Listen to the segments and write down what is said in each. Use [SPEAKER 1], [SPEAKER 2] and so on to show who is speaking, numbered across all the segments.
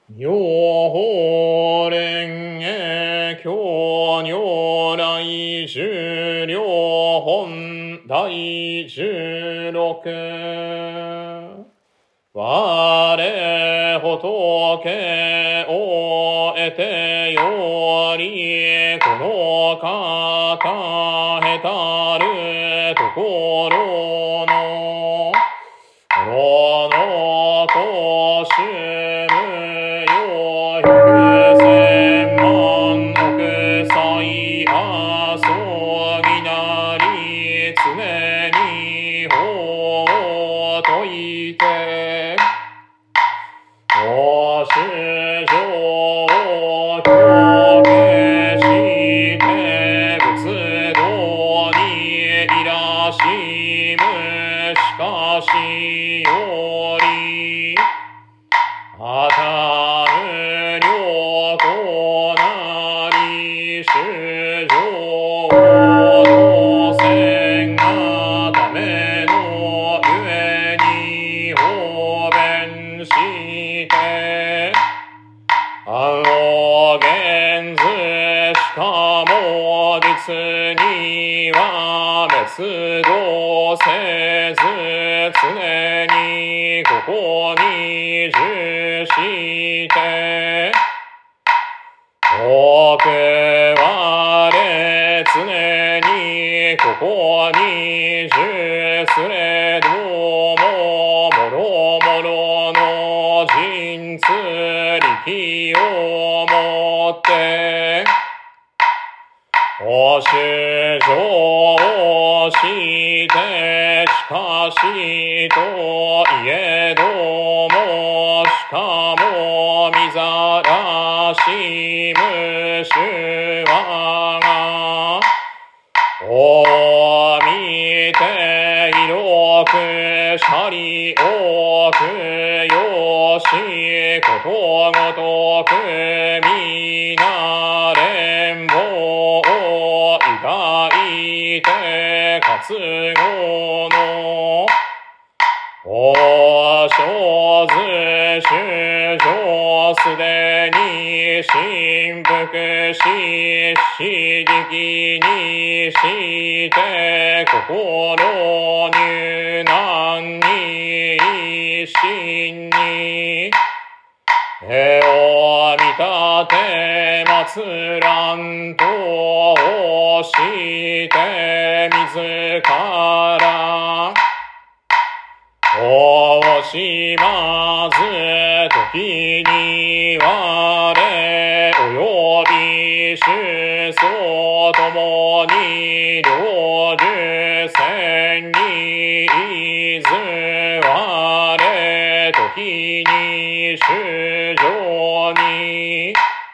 [SPEAKER 1] 妙法蓮華経如来十両本第16我仏を得てよりこの方へたるところのこのとしむよ百千万億歳あそぎなり常に法を説いてご主情を強化して仏道にいらしむしかしよりあたる良好なり主情を動線がためのゆえに方便して暗を現ずしかも実には滅度せず常にここに従して奥我常にここに従すれどももろもろの人通力をもってお主情をしてしかしといえどもしかもみざらしむ主はがお見て広くしり多くよしことごとくみな連棒を抱いて活語のお生ず主情すでに振幅し刺激にして心入難に一心に絵を見立て祭らんとして自らおしまず時に我および主相ともに領受戦にいず我時に主情に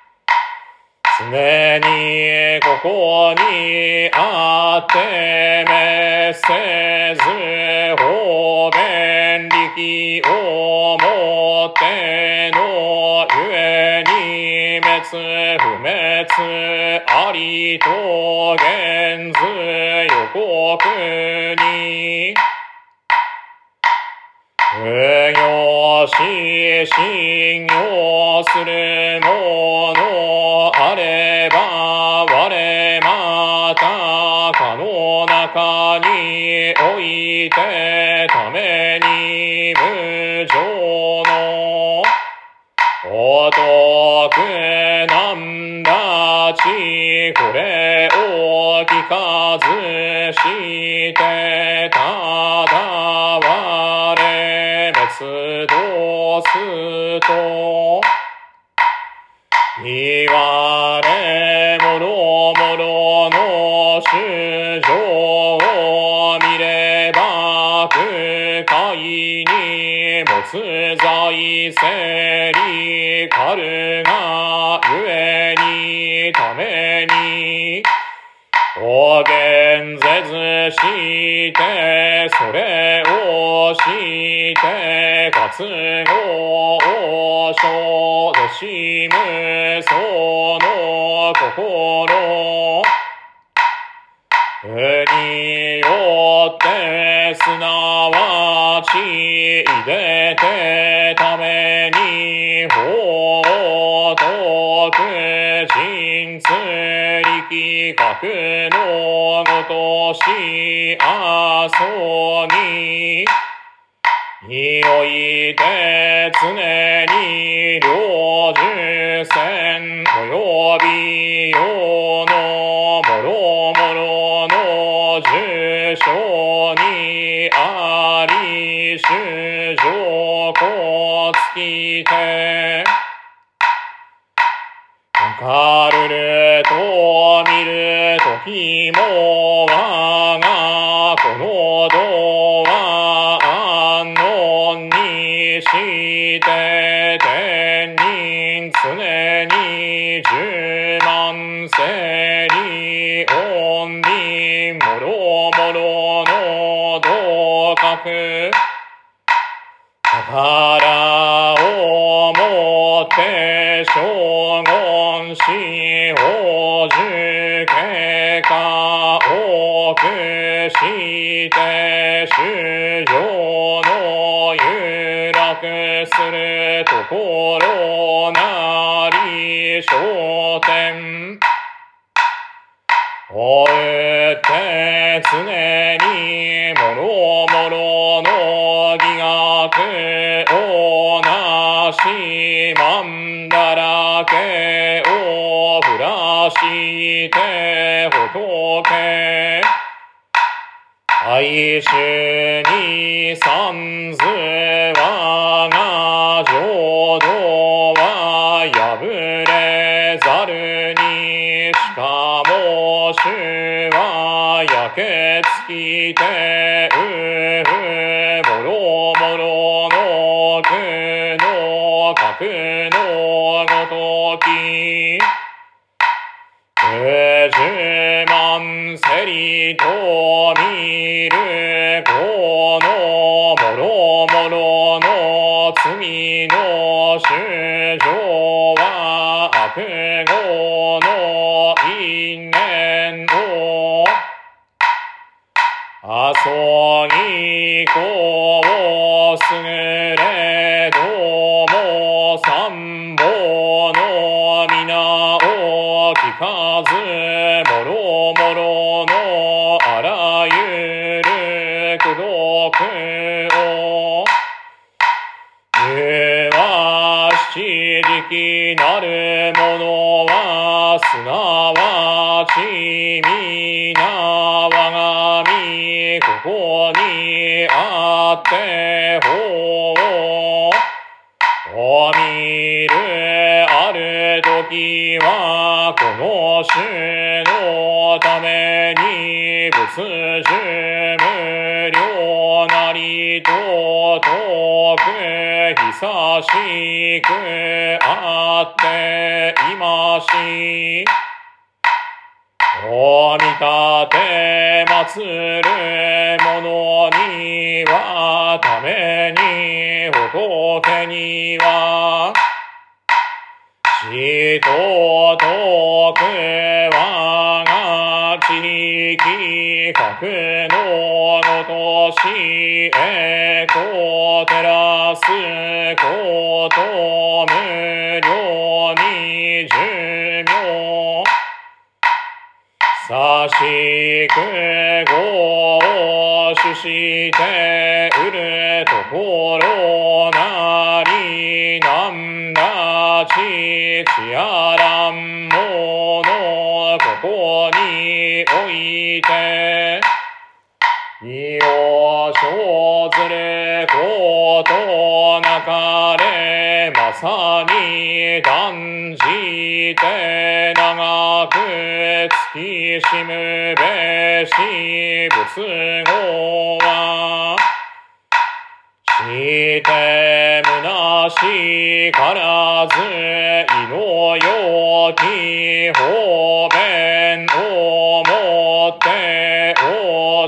[SPEAKER 1] 常にここにあってめせず方便力をもってのゆえに滅不滅ありと現ず予告に無行し信用するものあれば我またかの中においてために無常のお得なんだちこれを聞かずしてただ我滅度すと言われもろもろの主情を見れば空海に没在せりかるがゆえにためにお現ぜずしてそれをして活語を生でしむその心によってすなわちいでてために法き格のごとしあそぎにおいて常に領受戦および世のもろもろの受賞にあり主上こつきてかるると見るときも我がこの道は安穏にして天人常に十万世に恩にもろもろの道覚宝をもって将軍し宝珠経過多くして衆生の有楽するところなり昇天を打って常にもろもろの義学をなしまんだらけを降らして仏愛主に三図我が浄土は破れざるにしかも主は焼け尽きてもろもろの苦の格のごとき十万世理と見るこのもろもろの罪の衆生は悪業の因縁をあそぎこをすぐれども三宝の皆を聞かずもろもろのあらゆる功徳を言わしじきなるものはすなわち皆我が身ここにあって法を見るある時はこの種のために仏樹無料なりと遠く久しくあっていましお見立て祀る者にはために仏には死と徳我が地域格のごとし栄光照らすこと無料に寿命さしくごを主してうるところなりなんだちちあらんものここにおいて意を生ずることなかれまさに断じて長く月しむべし仏語はしてむなしからずいのよき方便をもってお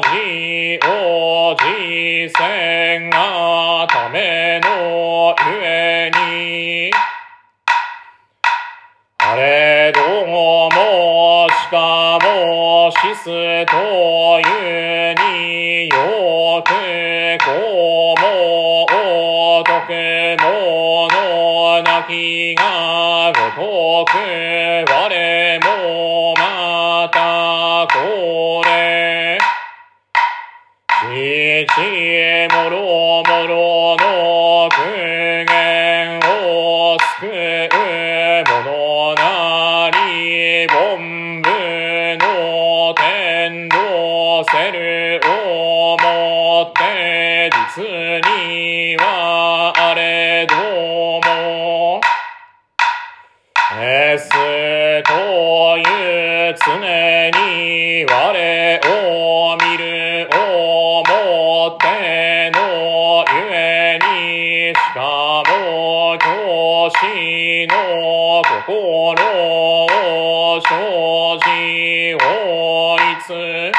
[SPEAKER 1] じせがためのゆえにあれどもしかもしすというによくこうもおとくものなきがごとく我もまたもろもろの苦言を救うものなり、凡夫の天道せるをもって実にはあれども、S という常に我を見るをもってのゆえに、しかも教師の心を生じ法律、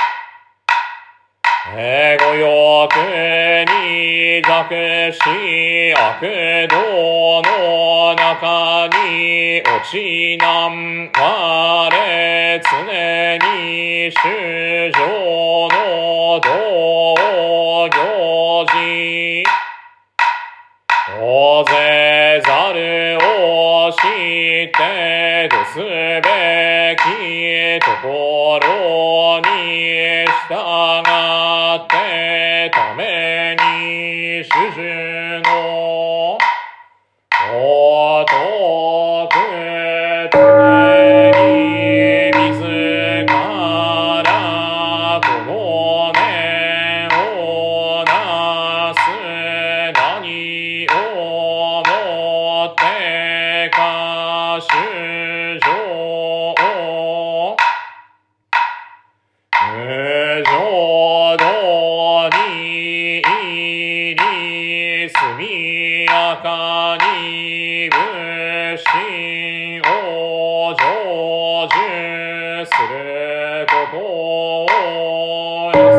[SPEAKER 1] 語欲に弱し悪道の中に落ちなん我常に衆生の道行事、大勢ざるを知ってどすべきところに従ってために主従のごとく常に自らこの念をなす何をもってか衆生無常道に入り速やかに仏心を成就することを